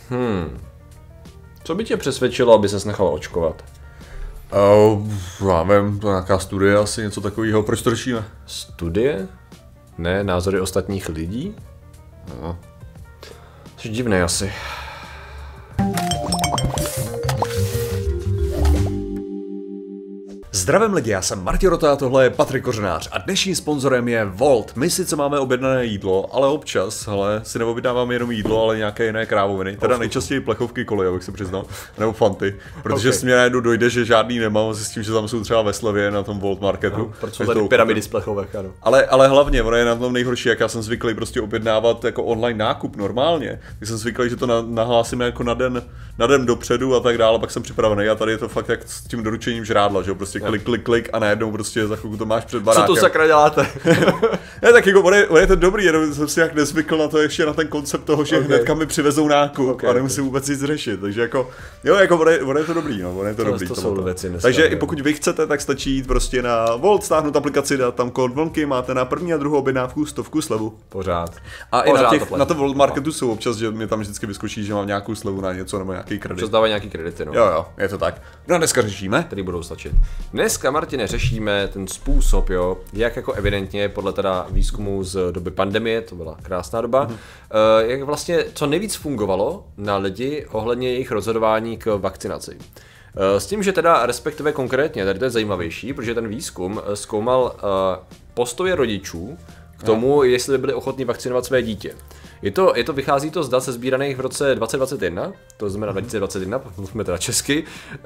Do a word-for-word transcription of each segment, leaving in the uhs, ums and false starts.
Hmm. Co by tě přesvědčilo, aby ses nechal očkovat? Uh, já nevím, to je nějaká studie, asi něco takového, proč to řešíme? Studie? Ne, názory ostatních lidí? No. Jsi divnej asi. Zdravím lidi, já jsem Martin Rota a tohle je Patrik Kořenář a dnešním sponzorem je Volt. My sice máme objednané jídlo, ale občas, hele, si neobjednáváme jenom jídlo, ale nějaké jiné krávoviny. Teda nejčastěji plechovky koly, abych se přiznal, nebo fanty, protože okay. s mě najednou dojde, že žádný nemám, s tím, že tam jsou třeba ve slevě na tom Volt marketu. No, proč jsou tady pyramidy z plechovek, ano. Ale, ale hlavně, ono je na tom nejhorší, jak já jsem zvyklý prostě objednávat jako online nákup normálně. Tak jsem zvyklý, že to na, nahlásíme jako na den, na den dopředu a tak dále, pak jsem připravený a tady je to fakt jak s tím doručením žrádla, že jo, prostě klik, klik, klik a najednou prostě za chvilku to máš před barákem. Co to sakra děláte? Ne, tak jako on je, on je to dobrý, jenom jsem si jak nezvykl na to ještě na ten koncept toho, že okay. hnedka mi přivezou nákup okay, a nemusím okay. vůbec nic řešit, takže jako, jo, jako on je, on je to dobrý, no, on je to, to dobrý. To jsou věci dneska, takže jo. i pokud vy chcete, tak stačí jít prostě na Volt, stáhnout aplikaci, dát tam kód vlnky, máte na první a druhou objednávku stovku slevu. Pořád. A Pořád i na, těch, to na to Volt marketu jsou občas, že mi tam vždycky vyskočí, že mám nějakou slevu na něco nebo nějaký kredit. Občas dávají nějaký kredity, no. Jo, jo, je to tak. No a dneska řešíme, který budou stačit. Dneska, Martine, řešíme ten způsob, jo, jak jako evidentně podle teda výzkumu z doby pandemie, to byla krásná doba, mm-hmm. uh, jak vlastně co nejvíc fungovalo na lidi ohledně jejich rozhodování k vakcinaci. Uh, s tím, že teda respektive konkrétně, tady to je zajímavější, protože ten výzkum zkoumal uh, postoje rodičů k tomu, no. jestli by byli ochotní vakcinovat své dítě. Je to, je to, vychází to z dat sesbíraných v roce dvacet dvacet jedna, to znamená dva tisíce dvacet jedna, mluvíme teda česky,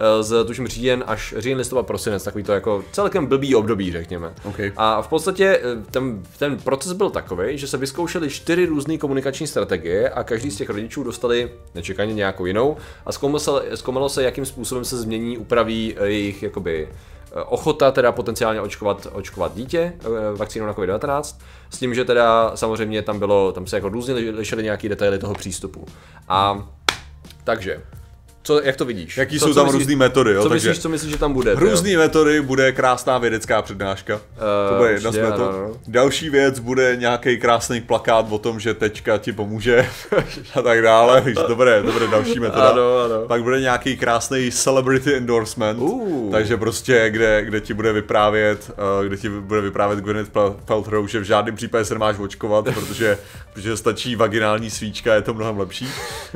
z tuším říjen až říjen, listopad, prosinec, takový to jako celkem blbý období, řekněme. Okay. A v podstatě ten, ten proces byl takový, že se vyzkoušely čtyři různé komunikační strategie a každý z těch rodičů dostali nečekaně nějakou jinou a zkoumalo se, zkoumalo se, jakým způsobem se změní, upraví jejich jakoby ochota teda potenciálně očkovat, očkovat dítě vakcínou na covid devatenáct, s tím, že teda samozřejmě tam bylo, tam se jako různě lišily nějaký detaily toho přístupu. A takže, co, jak to vidíš? Jaký co, jsou co tam myslíš, různý metody, jo? Co Takže myslíš, co myslíš, že tam bude? Různý metody, bude krásná vědecká přednáška. Uh, to bude jedna z metod. No, no. Další věc bude nějaký krásný plakát o tom, že teďka ti pomůže a tak dále. Víš, dobré, dobré, další metoda. Ano, ano. Pak bude nějaký krásný celebrity endorsement, uh. takže prostě, kde, kde ti bude vyprávět, uh, kde ti bude vyprávět Gwyneth Paltrow, že v žádném případě se nemáš očkovat, protože, protože stačí vaginální svíčka, je to mnohem lepší.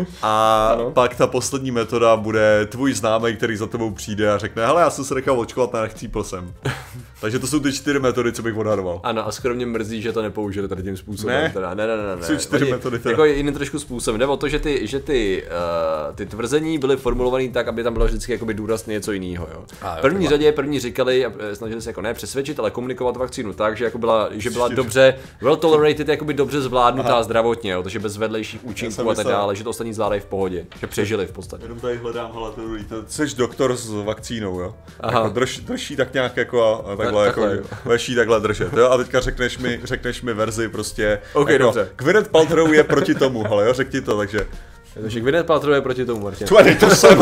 A ano. Pak ta poslední metoda bude tvůj známý, který za tebou přijde a řekne, hele, já jsem se nechal očkovat a nechcípl jsem. Takže to jsou ty čtyři metody, co bych odhadoval. Ano, a skoro mě mrzí, že to nepoužili tady tím způsobem. Ne, teda. ne, ne, ne, ne. Jsou čtyři Oni, metody teda. Jako jiný trošku způsob. Jde o to, že ty, že ty, uh, ty tvrzení byly formulované tak, aby tam bylo vždycky jakoby důraz něco jiného. Jo. V první jo, řadě první říkali a snažili se jako ne přesvědčit, ale komunikovat vakcínu tak, že jako byla, že byla dobře well tolerated, jakoby dobře zvládnutá Aha. zdravotně, jo, takže bez vedlejších účinků a tak dále, že to ostatní zvládají v pohodě, že přežili v podstatě. Jenom tady hledám, hele, to, to jsi doktor s vakcínou, jo. Jako drž, drží tak nějak jako a takhle, takhle jako leší takhle držet, jo. A teďka řekneš mi, řekneš mi verzi prostě. Okay, jako, dobře. Gwyneth Paltrow je proti tomu, hele, jo, řekni to, takže. Takže Gwyneth Paltrow je proti tomu, Martin. Tvary, to jsem.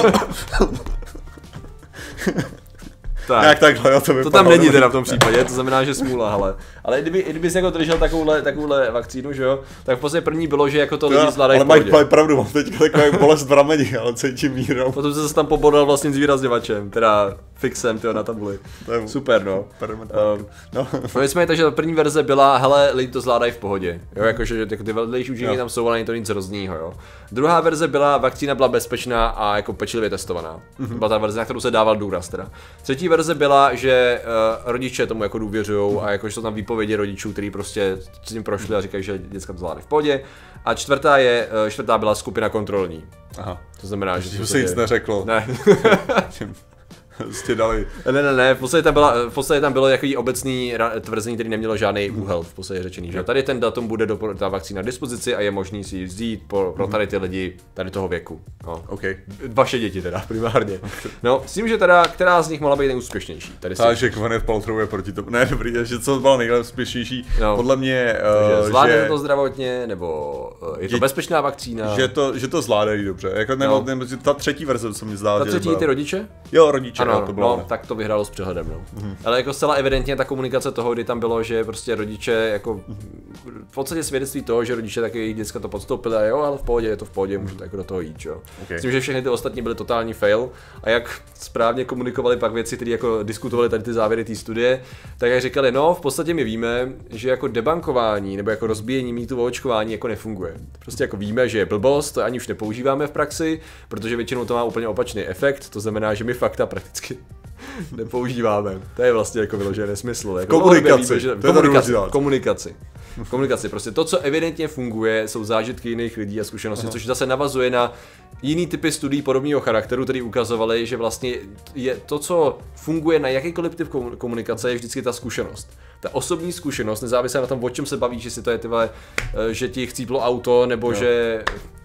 Tak. Jak takhle, jo, to, to tam není teda v tom případě, to znamená, že smůla, hele. Ale kdyby, kdyby jsi jako držel takovouhle, takovouhle vakcínu, že jo, tak v podstatě první bylo, že jako to lidi zvládají v pohodě. Ale mají pravdu, mám teď takovou bolest v rameni, ale cítím mírou. Potom se tam pobodal vlastně zvýrazněvačem, teda fixem, tyjo, na tabuli. Super, no. Um, no. Nicméně, takže první verze byla, hele, lidi to zvládají v pohodě, jo, jakože jako ty vedlejší účinky tam jsou, ale není to nic hroznýho, jo. Druhá verze byla, vakcína byla bezpečná a jako pečlivě testovaná. Mm-hmm. Byla ta verze, na kterou se dával důraz teda. Třetí verze byla, že uh, rodiče tomu jako důvěřujou a jakože jsou tam výpovědi rodičů, kteří prostě s tím prošli a říkají, že děcka to zvládne v pohodě. A čtvrtá je, uh, čtvrtá byla skupina kontrolní. Aha. To znamená, že, že se nic neřeklo. Ne. Prostě dali. Ne, ne, ne, v podstatě tam, byla, v podstatě tam bylo jaký obecný tvrzení, který nemělo žádný úhel, v podstatě řečený, že tady ten datum bude do, ta vakcína k dispozici a je možný si ji vzít pro, pro tady ty lidi tady toho věku. No. Okay. Vaše děti teda, primárně. No, s tím, že teda, která z nich mohla být nejúspěšnější. Takže Gwyneth Paltrow je proti tomu. Ne, dobrý, že co byla nejúspěšnější, no. Podle mě, uh, zvládne že... to zdravotně, nebo uh, je to je, bezpečná vakcína? Že to, že to zvládají dobře, jako, nebo, no. nebo ta třetí verze, co mi zdá. Ta třetí ty rodiče? Jo, rodiče. ano, jo, to bylo no, ne. tak to vyhrálo s přehledem, no. Mm-hmm. Ale jako zcela evidentně ta komunikace toho, kdy tam bylo, že prostě rodiče jako v podstatě svědectví toho, že rodiče taky jejich děcka to podstoupili a jo, ale v pohodě, je to v pohodě, můžete jako do toho jít, jo. Okay. Myslím, že všechny ty ostatní byly totální fail a jak správně komunikovali pak věci, které jako diskutovali tady ty závěry té studie, tak jak říkali, no, v podstatě my víme, že jako debankování nebo jako rozbíjení mýtu o očkování jako nefunguje. Prostě jako víme, že je blbost, to ani už nepoužíváme v praxi, protože většinou to má úplně opačný efekt, to znamená, že my fakta prakticky nepoužíváme. To je vlastně jako vyložené nesmysl. Jako komunikaci, víme, že... to je komunikaci, komunikaci. Komunikaci. Prostě to, co evidentně funguje, jsou zážitky jiných lidí a zkušenosti, Aha. což zase navazuje na jiný typy studií podobného charakteru, které ukazovaly, že vlastně je to, co funguje na jakýkoliv typ komunikace, je vždycky ta zkušenost. Ta osobní zkušenost, nezávisle na tom, o čem se bavíš, jestli to je tyhle, že ti chcíplo auto, nebo jo. že...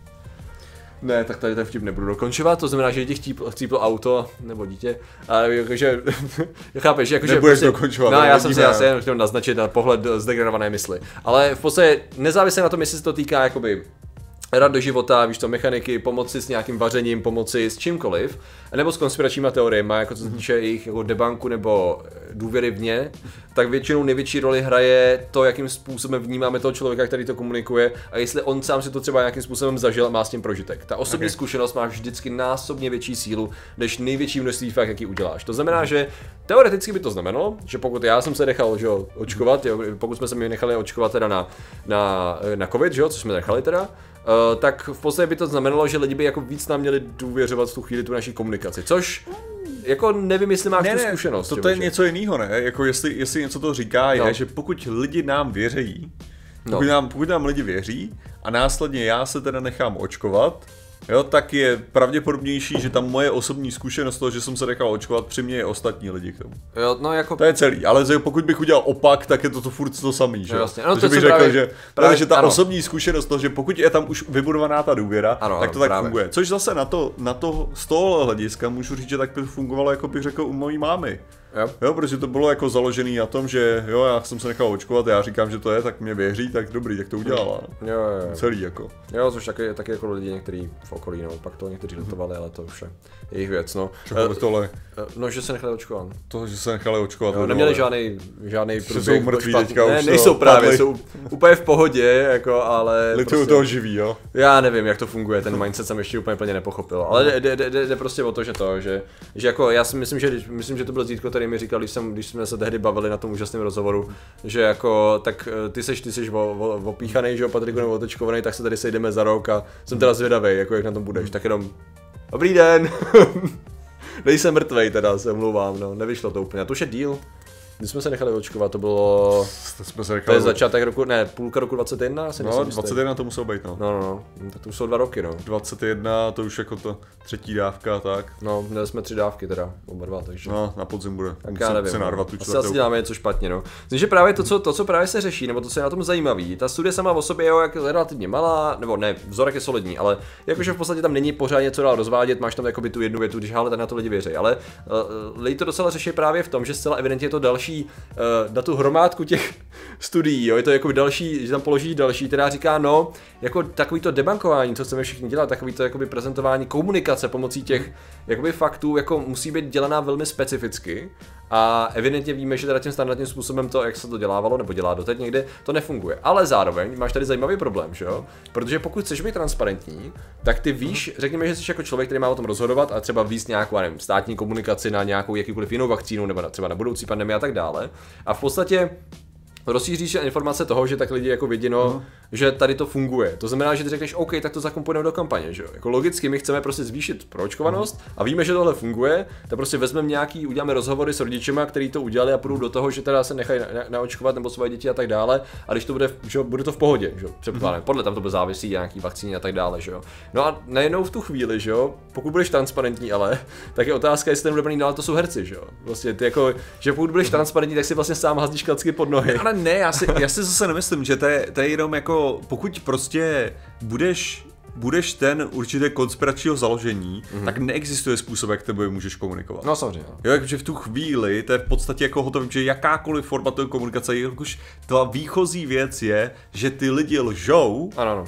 Ne, tak tady ten vtip nebudu dokončovat, to znamená, že ti chcíplo, chcíplo auto, nebo dítě, ale jakože, chápeš, jakože... Nebudeš prostě, dokončovat. No, já jsem si asi jenom chtěl naznačit na pohled zdegradované mysli, ale v podstatě nezávisle na tom, jestli se to týká jakoby rad do života, víš to, mechaniky, pomoci s nějakým vařením, pomoci s čímkoliv, nebo s konspiračníma teoriemi, jako co se týče jejich jako debanku nebo důvěry v ně, tak většinou největší roli hraje to, jakým způsobem vnímáme toho člověka, který to komunikuje a jestli on sám si to třeba nějakým způsobem zažil a má s tím prožitek. Ta osobní okay. zkušenost má vždycky násobně větší sílu, než největší množství fakt, jaký uděláš. To znamená, že teoreticky by to znamenalo, že pokud já jsem se nechal, že jo, očkovat, jo, pokud jsme se mi nechali očkovat teda na, na, na covid, že jo, co jsme nechali teda, Uh, tak v podstatě by to znamenalo, že lidi by jako víc nám měli důvěřovat v tu chvíli tu naší komunikaci, což jako nevím, jestli máš ne, tu ne, zkušenost. To, to je něco jiného, ne? Jako jestli, jestli něco to říká, no. je, že pokud lidi nám věří, pokud, no. nám, pokud nám lidi věří a následně já se teda nechám očkovat, jo, tak je pravděpodobnější, že tam moje osobní zkušenost toho, že jsem se nechal očkovat, přiměje ostatní lidi k tomu. Jo, no jako... To je celý, ale pokud bych udělal opak, tak je to, to furt to samý, že? No, vlastně. No, to bych řekl, právě, že, právě, že ta ano. osobní zkušenost toho, že pokud je tam už vybudovaná ta důvěra, ano, tak to tak právě. funguje. Což zase na to, na to z tohohle hlediska můžu říct, že tak by fungovalo, jako bych řekl, u mojí mámy. Jo. jo, protože to bylo jako založený na tom, že jo, já jsem se nechal očkovat, já říkám, že to je, tak mě věří, tak dobrý, tak to udělala. Jo, jo, jo. Celý jako. Jo, což taky, taky jako lidi některý v okolí, no, pak to někteří litovali, ale to už je jejich věc, no. Uh, tohle? No, že se nechali očkovat. To, že se nechali očkovat. Jo, neměli žádný, žádný průběh. Jsou mrtví teďka ne, už nejsou právě, padli. Jsou úplně v pohodě, jako, ale... Lituju prostě, toho živí, jo? Já nevím, jak to funguje, ten mindset jsem ještě úplně plně nepochopil, ale jde, jde, jde, jde prostě o to, že to, že, že jako já si myslím, že, myslím, že to byl Zítko, který mi říkal, když, jsem, když jsme se tehdy bavili na tom úžasném rozhovoru, že jako, tak ty seš, ty seš opíchanej, že jo, Patriku, nebo otečkovanej, tak se tady sejdeme za rok a jsem teda zvědavej, jako jak na tom budeš, tak jenom, dobrý den, nejsem mrtvej teda, se omlouvám, no, nevyšlo to úplně, a to už je deal. Když jsme se nechali očkovat, to bylo, to, jsme se nechali... to je začátek roku, ne, půlka roku dvacet jedna, asi no, dvacet jedna to muselo být, no. No, no, no, tak to už jsou dva roky, no. dvacet jedna, to už jako to třetí dávka, tak. No, měli jsme tři dávky teda, oba dva, takže. No, na podzim bude. Tak já nevím, se narvat tu asi, asi děláme něco špatně, no. Myslím, že právě to co, to, co právě se řeší, nebo to, co je na tom zajímavý, ta studie sama o sobě je jak relativně malá, nebo ne, vzorek je solidní, ale jakože v podstatě tam není pořád něco dál rozvádět, máš tam jakoby tu jednu větu, když ale tak na to lidi věří, ale uh, lidi to docela řeší právě v tom, že zcela evidentně je to další uh, na tu hromádku těch studií, jo, je to jako další, že tam položí další, která říká, no, jako takový to debankování, co chceme všichni dělat, takový to jakoby prezentování komunikace pomocí těch jakoby faktů, jako musí být dělaná velmi specificky a evidentně víme, že teda tím standardním způsobem to, jak se to dělávalo, nebo dělá doteď někde, to nefunguje. Ale zároveň máš tady zajímavý problém, že jo? Protože pokud chceš být transparentní, tak ty víš, řekněme, že jsi jako člověk, který má o tom rozhodovat a třeba víc nějakou, nevím, státní komunikaci na nějakou jakýkoliv jinou vakcínu nebo na, třeba na budoucí pandemii a tak dále. A v podstatě rozšíříš informace toho, že tak lidi jako vědí, no, uh-huh. že tady to funguje. To znamená, že ty řekneš, OK, tak to zakomponujeme do kampaně, že jo. Jako logicky my chceme prostě zvýšit proočkovanost uh-huh. a víme, že tohle funguje, tak prostě vezmeme nějaký, uděláme rozhovory s rodičema, kteří to udělali a půjdou do toho, že teda se nechají na, na, naočkovat nebo svoje děti a tak dále. A když to bude, že jo, bude to v pohodě, že jo. Předpokládám, uh-huh. podle tam to bude závisí nějaký vakcíny a tak dále, že jo. No a najednou v tu chvíli, že jo, pokud budeš transparentní, ale tak je otázka, jestli ten bude dál, to jsou herci, že jo. Vlastně ty jako, že pokud budeš transparentní, tak si vlastně sám hazdíš klacky pod nohy. Ale ne, já si, já si zase nemyslím, že to je, to je jenom jako, pokud prostě budeš, budeš ten určitě konspiračního založení, mm-hmm. tak neexistuje způsob, jak tebe můžeš komunikovat. No samozřejmě. Jo, takže v tu chvíli, to je v podstatě jako hotový, že jakákoliv forma té komunikace, už ta výchozí věc je, že ty lidi lžou, ano, ano.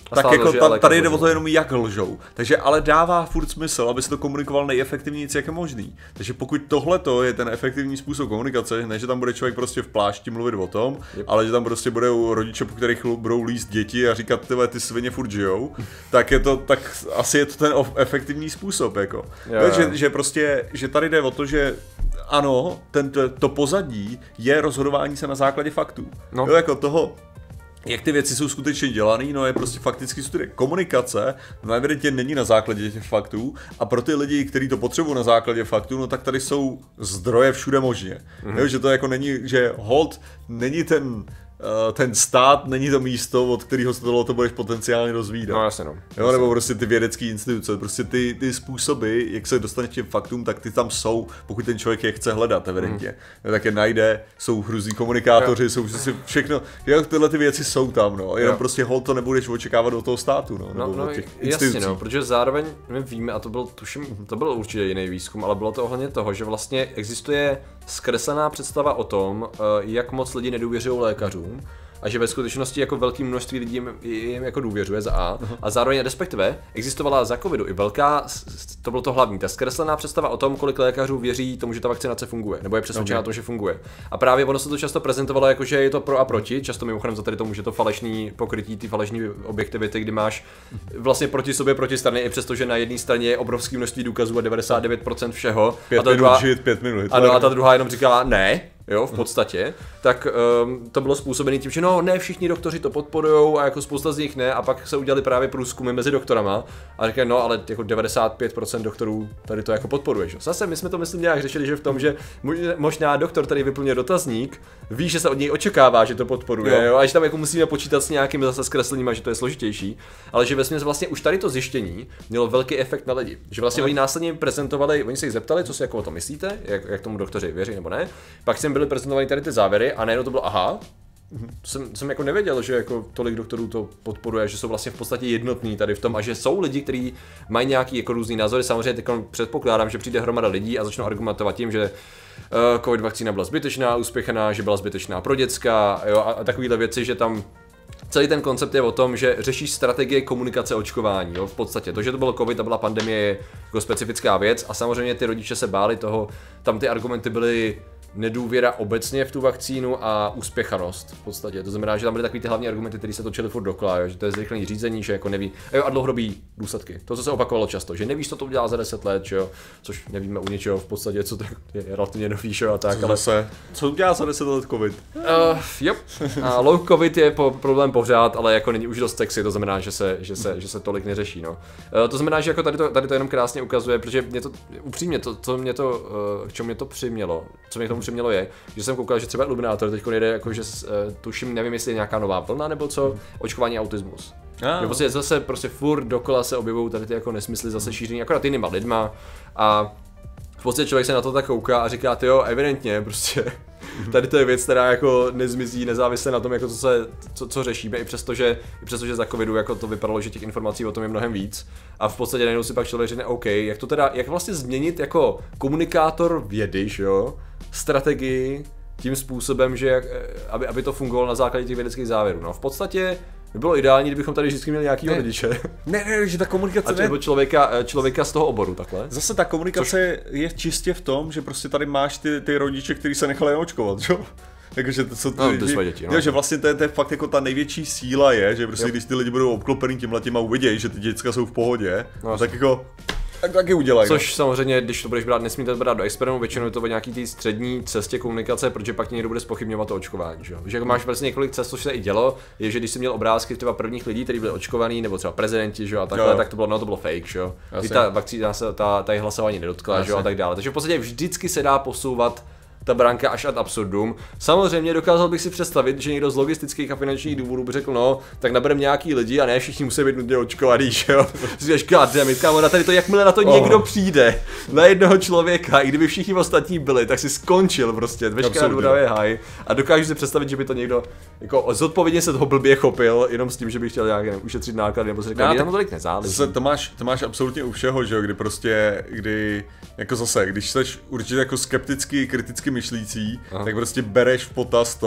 tak jako ta, tady jde o to jenom jak lžou. Takže ale dává furt smysl, aby se to komunikoval nejefektivněji, jak je možný. Takže pokud tohleto je ten efektivní způsob komunikace, ne že tam bude člověk prostě v plášti mluvit o tom, yep. ale že tam prostě budou rodiče, po kterých budou líst děti a říkat, tyhle, ty svině furt žijou, tak je to, tak asi je to ten efektivní způsob, jako. Jo, že, že prostě, že tady jde o to, že ano, ten, to pozadí je rozhodování se na základě faktů. No. Jo, jako toho, jak ty věci jsou skutečně dělané, no je prostě fakticky studie. Komunikace, no evidentně není na základě těch faktů a pro ty lidi, kteří to potřebují na základě faktů, no tak tady jsou zdroje všude možně. Mm-hmm. Jo, že to jako není, že hold není ten ten stát, není to místo, od kterého se tohle to budeš potenciálně dozvídat. No jasně no. Jo, nebo prostě ty vědecké instituce, prostě ty, ty způsoby, jak se dostaneš těm faktům, tak ty tam jsou, pokud ten člověk je chce hledat, evidentně. Mm. Tak je najde, jsou hruzí komunikátoři, jo. jsou prostě všechno, jo, tyhle ty věci jsou tam, no, jenom jo. prostě hol to nebudeš očekávat od toho státu, no, no, nebo no od těch jasně, institucí. no, protože zároveň my víme, a to byl, tuším, to byl určitě jiný výzkum, ale bylo to ohledně toho, že vlastně existuje zkreslená představa o tom, jak moc lidi nedůvěřují lékařům, a že ve skutečnosti jako velké množství lidí jim, jim jako důvěřuje za A. Uh-huh. A zároveň respektive existovala za covidu i velká, to bylo to hlavní, ta zkreslená představa o tom, kolik lékařů věří tomu, že ta vakcinace funguje, nebo je přesvědčená okay. tom, že funguje. A právě ono se to často prezentovalo jako, že je to pro a proti, často mimochodem za tady tomu, že to falešný pokrytí, ty falešní objektivity, kdy máš vlastně proti sobě protistrany, i přesto, že na jedné straně je obrovské množství důkazů a devadesát devět procent všeho. Pět a ta minut druhá, žít, pět minut. Ano, a ta druhá jenom říkala ne. Jo, v podstatě, tak um, to bylo způsobené tím, že no, ne všichni doktoři to podporujou a jako spousta z nich ne, a pak se udělali právě průzkumy mezi doktorama a říkají, no, ale jako devadesát pět procent doktorů tady to jako podporuje, že? Zase my jsme to myslím nějak řešili, že v tom, že možná doktor tady vyplňuje dotazník, ví, že se od něj očekává, že to podporuje, jo. Jo, a že tam jako musíme počítat s nějakými zase zkresleníma, že to je složitější, ale že vesměs vlastně už tady to zjištění mělo velký efekt na lidi, že vlastně oni následně prezentovali, oni se jich zeptali, co si jako o tom myslíte, jak, jak tomu doktoři věří nebo ne, pak jsem byly prezentovány tady ty závěry a najednou to bylo aha, jsem, jsem jako nevěděl, že jako tolik doktorů to podporuje, že jsou vlastně v podstatě jednotní tady v tom a že jsou lidi, kteří mají nějaký jako různý názory, samozřejmě teď předpokládám, že přijde hromada lidí a začnou argumentovat tím, že uh, covid vakcína byla zbytečná, úspěchaná, že byla zbytečná pro děcka, jo, a, a takovýhle věci, že tam celý ten koncept je o tom, že řešíš strategie komunikace očkování, jo, v podstatě. To, že to bylo covid a byla pandemie, je jako specifická věc a samozřejmě ty rodiče se báli toho, tam ty argumenty byly nedůvěra obecně v tu vakcínu a úspěchanost v podstatě. To znamená, že tam byly takový ty hlavní argumenty, které se točily furt dokola, jo, že to je zrychlené řízení, že jako neví, jo, a dlouhodobý důsledky. To, co se opakovalo často, že nevíš, co to udělá za deset let, jo, což nevíme u něčeho v podstatě, co to je relativně nový, jo, a tak, co ale se, co udělá za deset let covid? Uh, jo. A long covid je po, problém pořád, ale jako není už dost sexy, to znamená, že se, že se, že se tolik neřeší, no. Uh, to znamená, že jako tady to, tady to jenom krásně ukazuje, protože mě to upřímně to, co mě to, uh, k čemu mě to přimělo, co mě k tomu přimělo je, že jsem koukal, že třeba Iluminátor teď jde jako, že uh, tuším, nevím, jestli je nějaká nová vlna nebo co, očkování autismus. Ah. Že prostě zase prostě furt dokola se objevují tady ty jako nesmysly zase šíření akorát jinýma lidma a v podstatě člověk se na to tak kouká a říká, jo, evidentně prostě tady to je věc, která jako nezmizí nezávisle na tom, jako co, se, co, co řešíme, i přesto, že, i přesto, že za covidu jako to vypadalo, že těch informací o tom je mnohem víc a v podstatě najednou si pak člověk řekne, OK, jak to teda, jak vlastně změnit jako komunikátor vědy, jo, strategii tím způsobem, že jak, aby, aby to fungovalo na základě těch vědeckých závěrů. No v podstatě by bylo ideální, kdybychom tady vždycky měli nějakýho ne, rodiče. Ne, ne, že ta komunikace a nebo člověka, člověka z toho oboru, takhle. Zase ta komunikace Což... je čistě v tom, že prostě tady máš ty, ty rodiče, kteří se nechali očkovat, že? Jakože to jsou ty, no, ty své děti, no. Jo, že vlastně to je, to je fakt jako ta největší síla je, že prostě jo. Když ty lidi budou obklopení tímhletím a uvidějí, že ty děcka jsou v pohodě, no, tak jako tak taky udělají. Což no. Samozřejmě, když to budeš brát, nesmíte to brát do experimentu, většinou je to o nějaký té střední cestě komunikace, protože pak někdo bude zpochybňovat to očkování, že jo. Že jako máš vlastně několik cest, což se i dělo, je, že když jsi měl obrázky třeba prvních lidí, kteří byli očkovaní, nebo třeba prezidenti, že jo, a takhle, jo. tak to bylo, no to bylo fake, že jo. Kdy ta vakcína se ta, ta hlasování nedotkla, že jo, a tak dále. Takže v podstatě vždycky se dá posouvat ta branka až ad absurdum. Samozřejmě dokázal bych si představit, že někdo z logistických a finančních důvodů by řekl, no, tak nabereme nějaký lidi a ne všichni musí být nutně očkovaný, že jo. Si říkáš, goddammit, kámo, na tady to, jakmile na to oh. někdo přijde, na jednoho člověka, i kdyby všichni ostatní byli, tak si skončil prostě, veškerá důvoda je high. A dokážu si představit, že by to někdo jako zodpovědně se toho blbě chopil, jenom s tím, že by chtěl nějak nevím, ušetřit náklady, nebo si říkal, no, tam tolik nezáleží. To máš, to máš absolutně u všeho, že jo, kdy prostě, kdy, jako zase, když jsi určitě jako skepticky, kriticky myšlící, aha. tak prostě bereš v potaz to,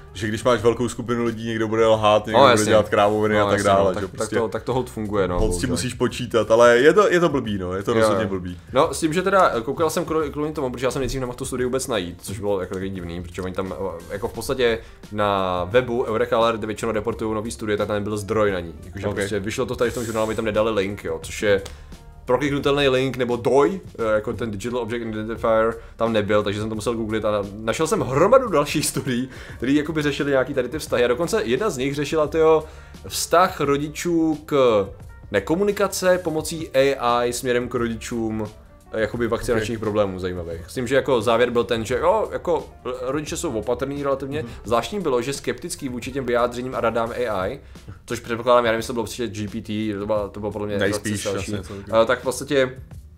že když máš velkou skupinu lidí, někdo bude lhát, někdo no, bude jasně. dělat krávoviny no, a tak jasně, dále. No, tak, že? Prostě, tak, to, tak to hold funguje, no. Hold s tím musíš počítat, ale je to, je to blbý, no, je to jo, rozhodně blbý. No, s tím, že teda koukal jsem kvůli tomu, protože já jsem nejdřív nemohl tu studii vůbec najít, což bylo jako takový divný, protože oni tam jako v podstatě na webu Eureka Alert většinou reportují nový studie, tak tam nebyl zdroj na ní. Jakože okay. prostě vyšlo to tady v tom žurnálu, mi tam nedali link, jo, což je prokliknutelný link nebo D O I, jako ten Digital Object Identifier, tam nebyl, takže jsem to musel googlit a našel jsem hromadu dalších studií, které jakoby řešily nějaký tady ty vztahy a dokonce jedna z nich řešila tyjo, vztah rodičů k nekomunikace pomocí A I směrem k rodičům jakoby vakcinačních okay. problémů zajímavých. S tím, že jako závěr byl ten, že jo, jako rodiče jsou opatrní relativně. Mm. Zvláštní bylo, že skeptický vůči těm vyjádřením a radám A I, což předpokládám, já nevím, jestli to bylo prostě G P T, to bylo, to bylo podle mě nejspíš, další. Uh, tak v podstatě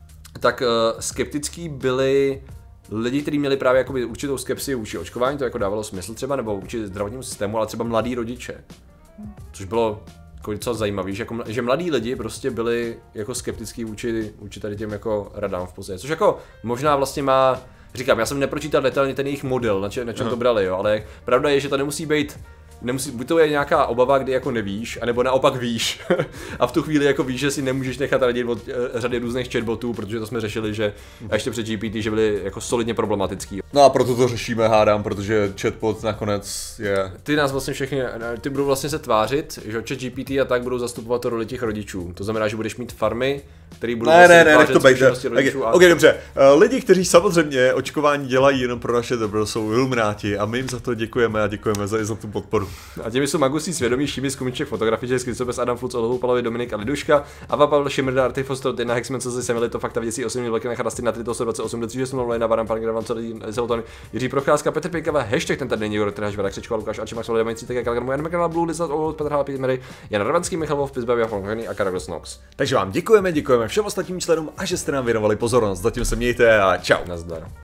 tak uh, skeptický byli lidi, kteří měli právě jakoby určitou skepsi vůči očkování, to jako dávalo smysl třeba, nebo vůči zdravotnímu systému, ale třeba mladí rodiče. Což bylo jako docela zajímavý, že, jako, že mladí lidi prostě byli jako skeptický vůči, vůči tady těm jako radám v podstatě, což jako možná vlastně má, říkám, já jsem nepročítal detailně ten jejich model, na, če, na čem to brali, jo, ale pravda je, že to nemusí být, nemusí, buď to je nějaká obava, kdy jako nevíš, anebo naopak víš a v tu chvíli jako víš, že si nemůžeš nechat radit od řady různých chatbotů, protože to jsme řešili, že a ještě před G P T, že byli jako solidně problematický. No a proto to řešíme, hádám, protože chatbot nakonec je... Ty nás vlastně všechny, ty budou vlastně se tvářit, že chat G P T a tak budou zastupovat to roli těch rodičů. To znamená, že budeš mít farmy, který budou ne, vlastně ne, ne, nech to být. rodičů. Okay, a... ok, dobře. Lidi, kteří samozřejmě očkování dělají jenom pro naše dobro, jsou ilumináti a my jim za to děkujeme a děkujeme za, za tu podporu. A těmi jsou Magusí svědomí, Šími z Kumiček fotografie, Skricopes, Adam Fluc, Olohu, Palovi, Dominik a Liduška, Ava, Pavel, Šimrda, Artifostor, Tyna, Hexman, Cezli, Semili, to fakta věcí, osm velké nechrasty na tři sto dvacet osm, tři šest nula, Lena, Varan, Pan Gravan, celý Zeloton, Jiří Procházka, Petr Pejkava, hashtag ten tady není, Jor, Trháš, Vada, Křečko, Lukáš, Arči, Max, Vladimír, Cítek, Kalgar, Jan Mekanal, Blue, Lisa, Old, Petr Hala, Pítmery, Jan Ravanský, Michal Wolf, Pizbavi, Afon, a Karagos Nox. Takže vám děkujeme, děkujeme všem ostatním členům a že jste nám věnovali pozornost. Zatím se mějte a čau. Nazdar.